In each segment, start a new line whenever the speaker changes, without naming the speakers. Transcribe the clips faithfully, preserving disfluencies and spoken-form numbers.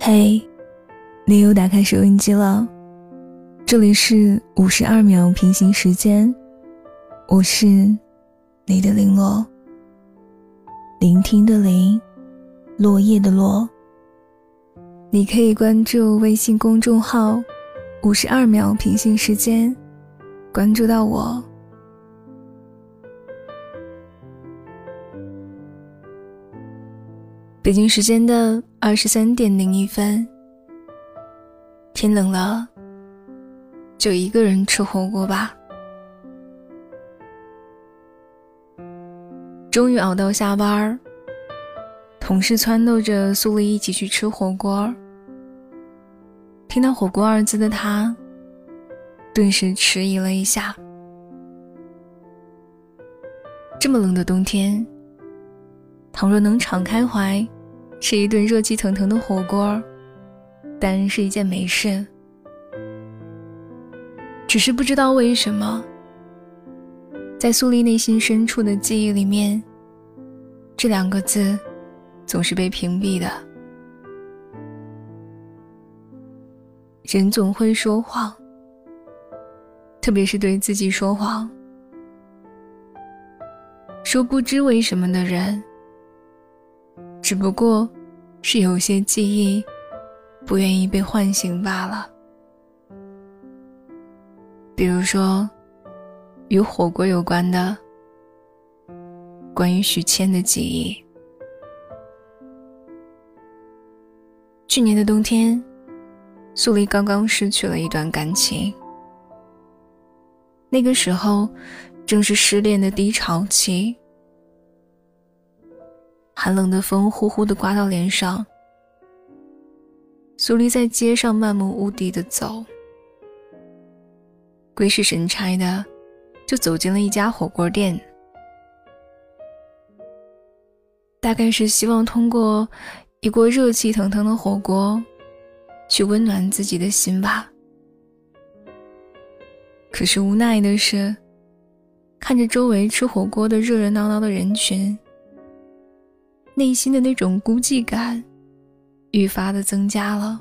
嘿，你又打开收音机了，这里是五十二秒平行时间，我是你的林落，聆听的聆，落叶的落。你可以关注微信公众号五十二秒平行时间，关注到我。北京时间的二十三点零一分，天冷了，就一个人吃火锅吧。终于熬到下班，同事撺掇着苏黎一起去吃火锅。听到火锅二字的他，顿时迟疑了一下。这么冷的冬天，倘若能敞开怀吃一顿热气腾腾的火锅，当然是一件美事。只是不知道为什么，在苏黎内心深处的记忆里面，这两个字总是被屏蔽的。人总会说谎，特别是对自己说谎。说不知为什么的人，只不过是有些记忆不愿意被唤醒罢了。比如说与火锅有关的，关于许谦的记忆。去年的冬天，苏黎刚刚失去了一段感情，那个时候正是失恋的低潮期，寒冷的风呼呼地刮到脸上，苏黎在街上漫无目的地走，鬼使神差的就走进了一家火锅店，大概是希望通过一锅热气腾腾的火锅去温暖自己的心吧。可是无奈的是，看着周围吃火锅的热热闹闹的人群，内心的那种孤寂感愈发的增加了。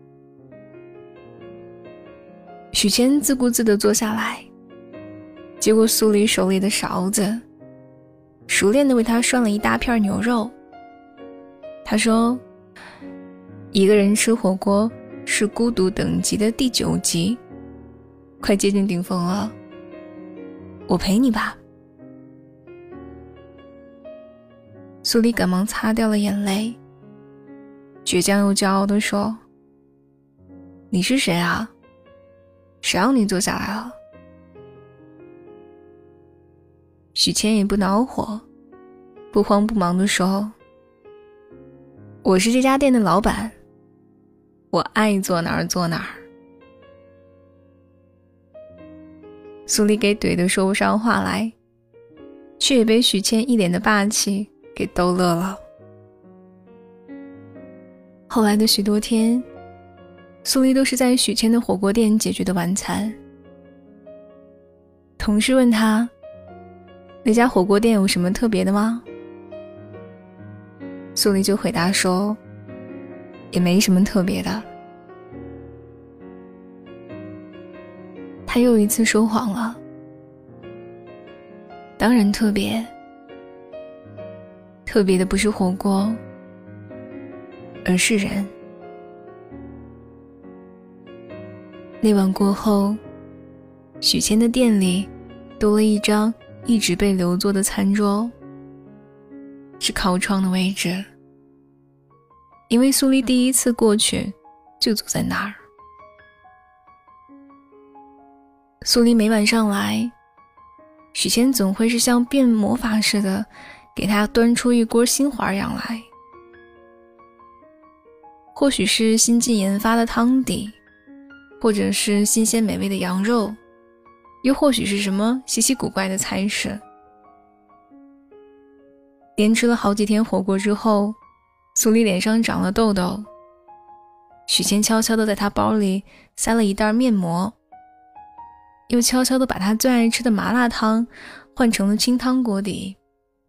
许谦自顾自地坐下来，接过苏黎手里的勺子，熟练地为他涮了一大片牛肉。他说，一个人吃火锅是孤独等级的第九级，快接近顶峰了，我陪你吧。苏黎赶忙擦掉了眼泪，倔强又骄傲地说，你是谁啊？谁让你坐下来了？许谦也不恼火，不慌不忙地说，我是这家店的老板，我爱坐哪儿坐哪儿。苏黎给怼得说不上话来，却也被许谦一脸的霸气给逗乐了。后来的许多天，苏黎都是在许谦的火锅店解决的晚餐。同事问他，那家火锅店有什么特别的吗？苏黎就回答说，也没什么特别的。他又一次说谎了，当然特别，特别的不是火锅，而是人。那晚过后，许谦的店里多了一张一直被留作的餐桌，是靠窗的位置，因为苏黎第一次过去就坐在那儿。苏黎每晚上来，许谦总会是像变魔法似的给他端出一锅新花样来，或许是新近研发的汤底，或者是新鲜美味的羊肉，又或许是什么稀奇古怪的菜式。连吃了好几天火锅之后，苏黎脸上长了痘痘，许谦悄悄地在他包里塞了一袋面膜，又悄悄地把他最爱吃的麻辣汤换成了清汤锅底。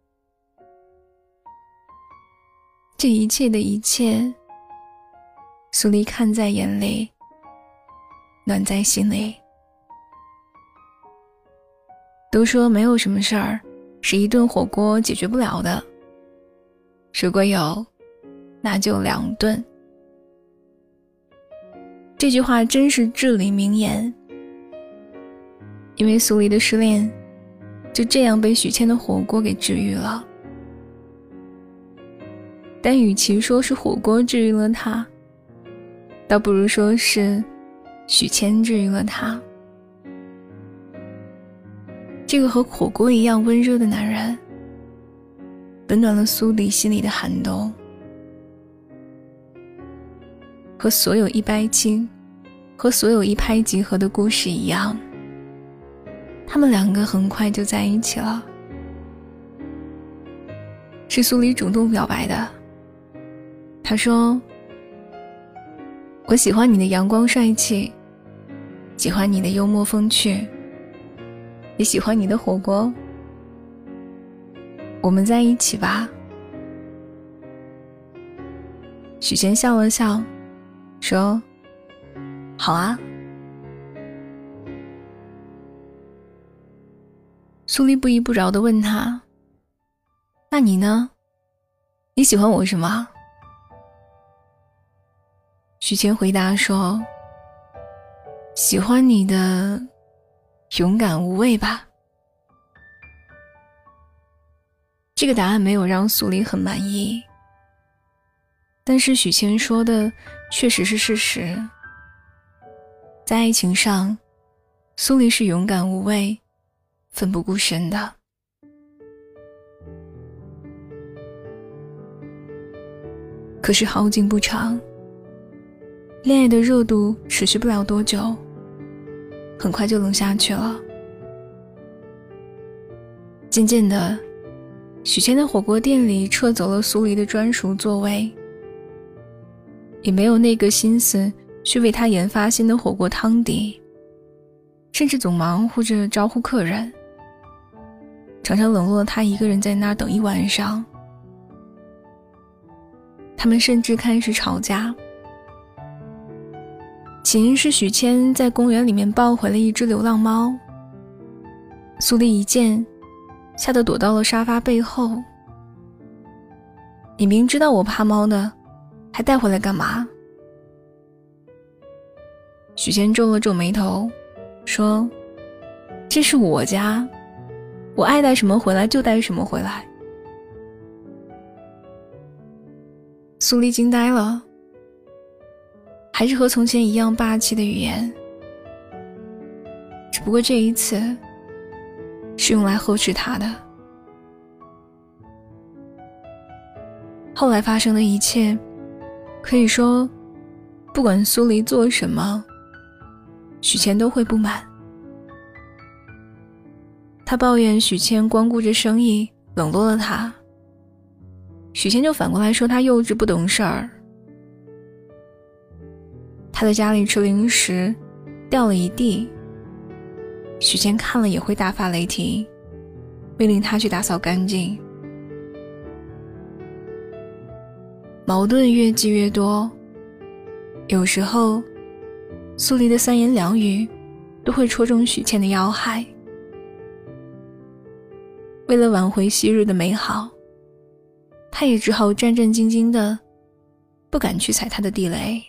这一切的一切苏黎看在眼里，暖在心里。都说没有什么事儿是一顿火锅解决不了的，如果有，那就两顿。这句话真是至理名言，因为苏黎的失恋就这样被许谦的火锅给治愈了。但与其说是火锅治愈了他，倒不如说是许谦治愈了他。这个和火锅一样温热的男人，温暖了苏黎心里的寒冬。和所有一掰亲，和所有一拍即合的故事一样，他们两个很快就在一起了。是苏黎主动表白的，他说：我喜欢你的阳光帅气，喜欢你的幽默风趣，也喜欢你的火锅，我们在一起吧。许谦笑了笑，说：好啊。苏黎不依不饶地问他：那你呢？你喜欢我什么？许谦回答说：喜欢你的勇敢无畏吧。这个答案没有让苏黎很满意，但是许谦说的确实是事实。在爱情上，苏黎是勇敢无畏、奋不顾身的。可是好景不长，恋爱的热度持续不了多久，很快就冷下去了。渐渐的，许谦的火锅店里撤走了苏黎的专属座位，也没有那个心思去为他研发新的火锅汤底，甚至总忙活着招呼客人，常常冷落了他一个人在那儿等一晚上。他们甚至开始吵架，起因是许谦在公园里面抱回了一只流浪猫，苏黎一见，吓得躲到了沙发背后。你明知道我怕猫的，还带回来干嘛？许谦皱了皱眉头，说：这是我家，我爱带什么回来就带什么回来。苏黎惊呆了，还是和从前一样霸气的语言，只不过这一次是用来呵斥他的。后来发生的一切，可以说不管苏黎做什么，许谦都会不满。他抱怨许谦光顾着生意，冷落了他，许谦就反过来说他幼稚不懂事儿。他在家里吃零食掉了一地，许谦看了也会大发雷霆，命令他去打扫干净。矛盾越积越多，有时候苏黎的三言两语都会戳中许谦的要害。为了挽回昔日的美好，他也只好战战兢兢的，不敢去踩他的地雷。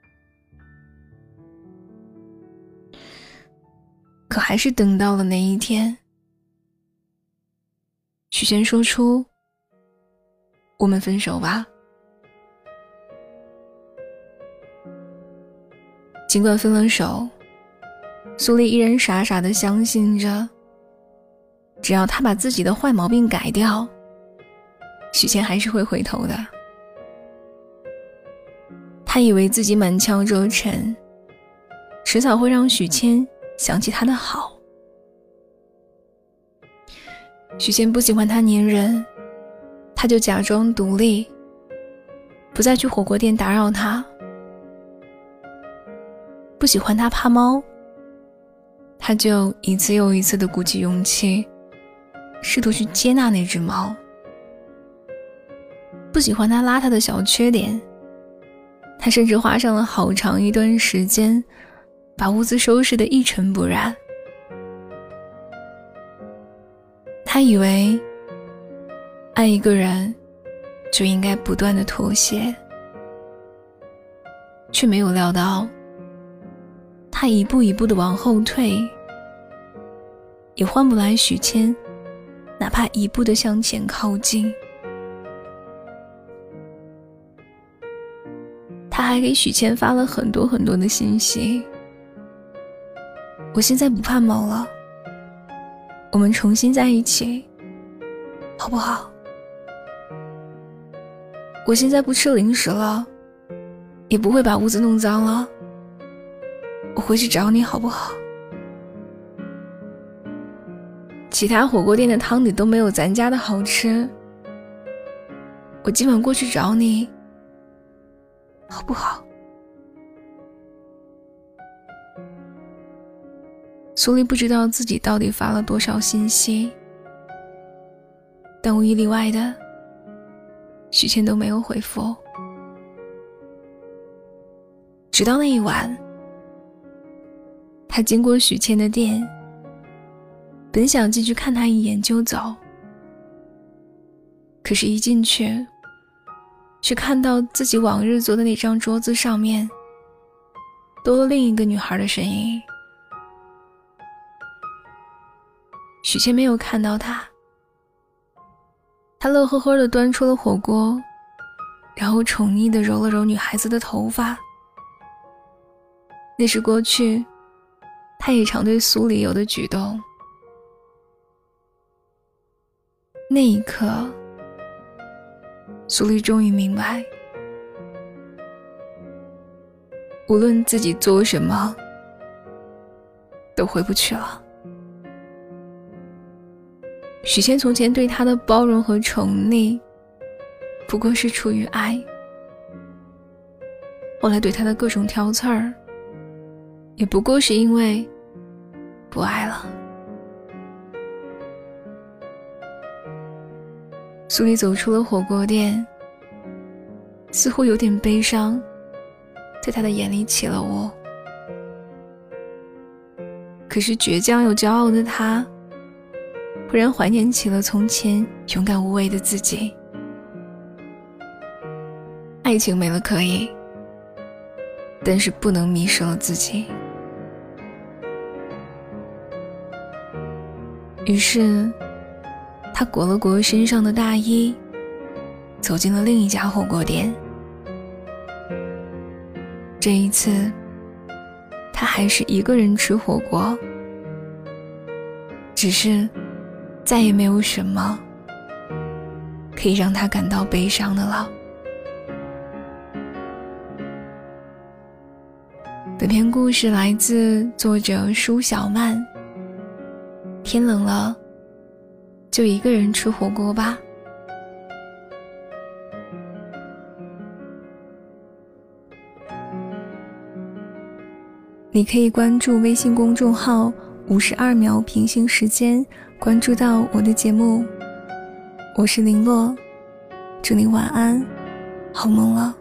可还是等到了那一天，许谦说出：我们分手吧。尽管分了手，苏黎依然傻傻地相信着，只要他把自己的坏毛病改掉，许谦还是会回头的。他以为自己满腔热忱，迟早会让许谦想起他的好。许谦不喜欢他粘人，他就假装独立，不再去火锅店打扰他。不喜欢他怕猫，他就一次又一次地鼓起勇气，试图去接纳那只猫。不喜欢他邋遢的小缺点， 他甚至花上了好长一段时间把屋子收拾得一尘不染。他以为爱一个人就应该不断的妥协，却没有料到他一步一步的往后退，也换不来许谦哪怕一步的向前靠近。他还给许谦发了很多很多的信息，我现在不怕猫了，我们重新在一起好不好？我现在不吃零食了，也不会把屋子弄脏了，我回去找你好不好？其他火锅店的汤底都没有咱家的好吃，我今晚过去找你好不好？苏丽不知道自己到底发了多少信息，但无一例外的，许谦都没有回复。直到那一晚，他经过许谦的店，本想进去看他一眼就走，可是一进去，却看到自己往日坐的那张桌子上面多了另一个女孩的身影。许谦没有看到他，他乐呵呵地端出了火锅，然后宠溺地揉了揉女孩子的头发。那是过去他也常对苏黎有的举动。那一刻，苏黎终于明白，无论自己做什么都回不去了。许谦从前对他的包容和宠溺不过是出于爱，后来对他的各种挑刺儿也不过是因为不爱了。苏黎走出了火锅店，似乎有点悲伤在他的眼里起了雾。可是倔强又骄傲的他忽然怀念起了从前勇敢无畏的自己。爱情没了可以，但是不能迷失了自己。于是他裹了裹身上的大衣，走进了另一家火锅店。这一次他还是一个人吃火锅，只是再也没有什么可以让他感到悲伤的了。本篇故事来自作者舒小曼。天冷了，就一个人吃火锅吧。你可以关注微信公众号五十二秒平行时间，关注到我的节目。我是林洛，祝你晚安，好梦了。